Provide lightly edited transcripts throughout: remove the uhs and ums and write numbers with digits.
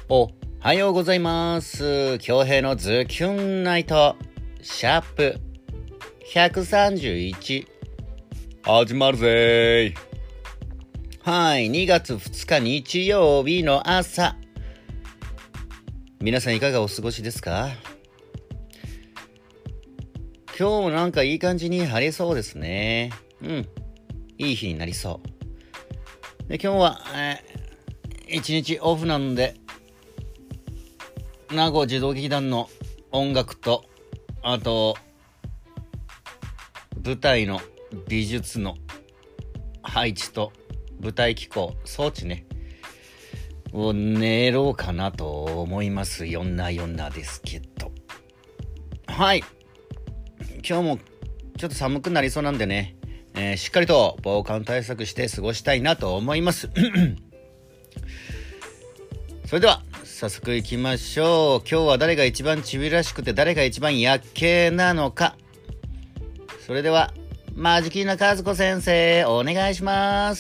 おはようございます。京平のズキュンナイトシャープ131始まるぜ。はい、2月2日日曜日の朝、皆さんいかがお過ごしですか？今日もなんかいい感じに晴れそうですね。いい日になりそう。で、今日は、一日オフなので、名護児童劇団の音楽と、あと舞台の美術の配置と舞台機構装置ねを練ろうかなと思います。よんなですけど、はい、今日もちょっと寒くなりそうなんでね、しっかりと防寒対策して過ごしたいなと思いますそれでは早速行きましょう。今日は誰が一番ちびらしくて誰が一番やっけなのか。それではマジキーナ和子先生お願いします。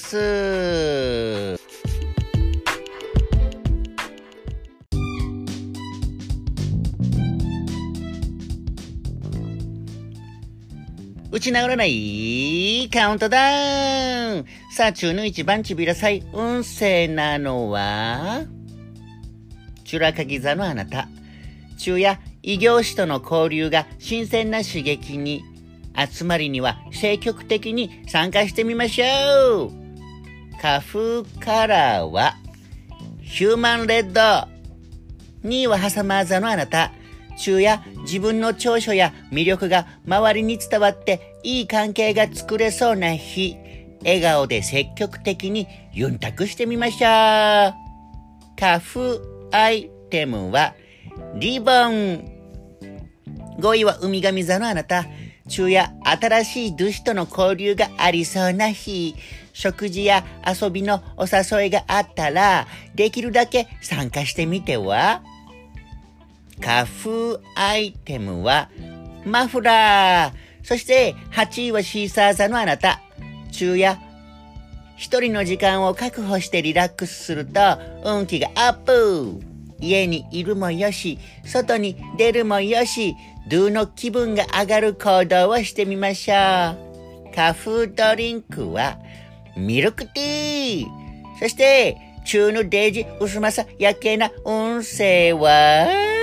打ち直らないカウントダウン。さあ、中の一番ちびらさい運勢なのはチュラカギ座のあなた。中や異業種との交流が新鮮な刺激に、集まりには積極的に参加してみましょう。花風カラーはヒューマンレッド。2位はハサマー座のあなた。中や自分の長所や魅力が周りに伝わっていい関係が作れそうな日。笑顔で積極的にユンタクしてみましょう。花風アイテムはリボン。5位は海神座のあなた。中や新しいドゥシとの交流がありそうな日。食事や遊びのお誘いがあったらできるだけ参加してみては。花風アイテムはマフラー。そして8位はシーサー座のあなた。中や一人の時間を確保してリラックスすると運気がアップ。家にいるもよし、外に出るもよし、ドゥの気分が上がる行動をしてみましょう。花風ドリンクはミルクティー。そして中のデージ薄まさやけな運勢は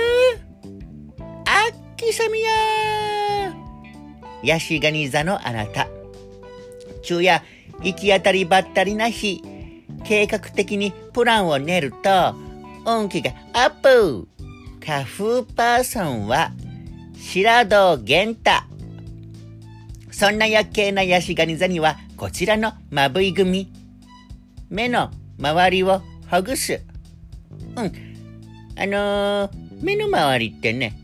秋サミヤ。ヤシガニ座のあなた。中や行き当たりばったりな日、計画的にプランを練ると運気がアップ。花風パーソンは白戸玄太。そんなやっけなヤシガニ座にはこちらのまぶい組。目の周りをほぐす。目の周りってね、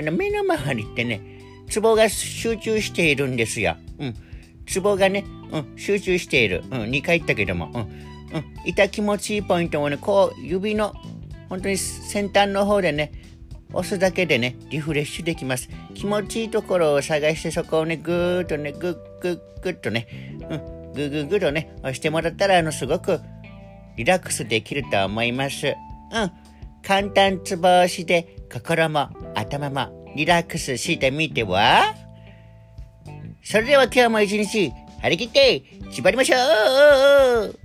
ツボが集中しているんですよ。ツボがね、集中している。2回言ったけども、痛気持ちいいポイントをね、こう指の本当に先端の方でね、押すだけでね、リフレッシュできます。気持ちいいところを探して、そこをね、ぐーっとね、ぐっとね、ぐとね、押してもらったら、すごくリラックスできると思います。簡単ツボ押しで、心も頭もリラックスしてみては。それでは今日も一日、張り切って、縛りましょう。